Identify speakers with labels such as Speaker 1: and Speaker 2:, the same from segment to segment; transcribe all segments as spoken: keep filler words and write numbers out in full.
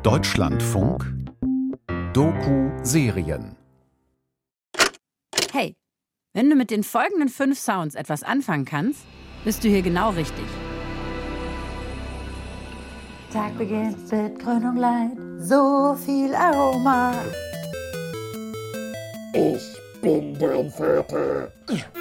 Speaker 1: Deutschlandfunk Doku-Serien.
Speaker 2: Hey, wenn du mit den folgenden fünf Sounds etwas anfangen kannst, bist du hier genau richtig.
Speaker 3: Tag beginnt mit Grün und Leid, so viel Aroma.
Speaker 4: Ich bin dein Vater.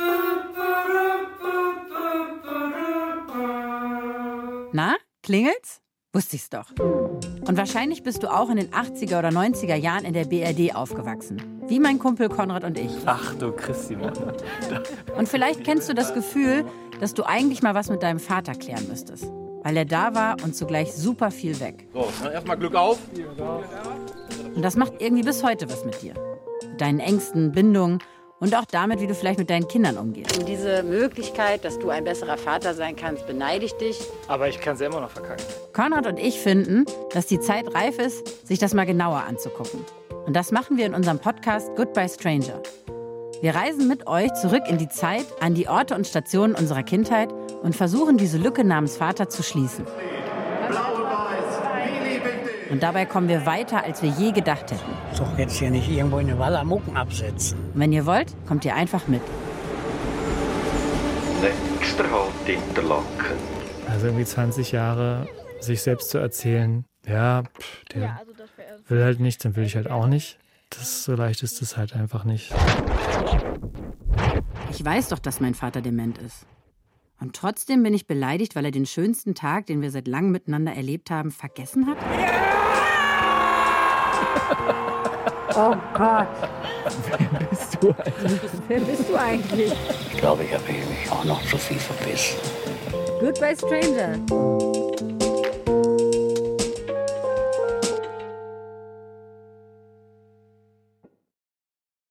Speaker 2: Na, klingelt's? Wusste ich's doch. Und wahrscheinlich bist du auch in den achtziger oder neunziger Jahren in der B R D aufgewachsen. Wie mein Kumpel Konrad und ich.
Speaker 5: Ach du Christi, Mann.
Speaker 2: Und vielleicht kennst du das Gefühl, dass du eigentlich mal was mit deinem Vater klären müsstest. Weil er da war und zugleich super viel weg.
Speaker 6: So, erstmal Glück auf.
Speaker 2: Und das macht irgendwie bis heute was mit dir. Mit deinen Ängsten, Bindungen und auch damit, wie du vielleicht mit deinen Kindern umgehst.
Speaker 7: Und diese Möglichkeit, dass du ein besserer Vater sein kannst, beneide ich dich.
Speaker 5: Aber ich kann es ja immer noch verkacken.
Speaker 2: Konrad und ich finden, dass die Zeit reif ist, sich das mal genauer anzugucken. Und das machen wir in unserem Podcast Goodbye Stranger. Wir reisen mit euch zurück in die Zeit, an die Orte und Stationen unserer Kindheit und versuchen, diese Lücke namens Vater zu schließen. Und dabei kommen wir weiter, als wir je gedacht hätten.
Speaker 8: Doch jetzt hier nicht irgendwo in eine Wallamucken absetzen.
Speaker 2: Und wenn ihr wollt, kommt ihr einfach mit.
Speaker 9: Nächster Halt Interlaken.
Speaker 10: Also irgendwie zwanzig Jahre sich selbst zu erzählen, ja, pff, der ja, also will halt nicht, dann will ich halt auch nicht. Das, so leicht ist es halt einfach nicht.
Speaker 2: Ich weiß doch, dass mein Vater dement ist. Und trotzdem bin ich beleidigt, weil er den schönsten Tag, den wir seit langem miteinander erlebt haben, vergessen hat?
Speaker 3: Oh Gott.
Speaker 10: Wer bist du eigentlich?
Speaker 3: Wer bist du eigentlich?
Speaker 8: Ich glaube, ich habe mich auch noch zu viel verbissen.
Speaker 2: Goodbye Stranger.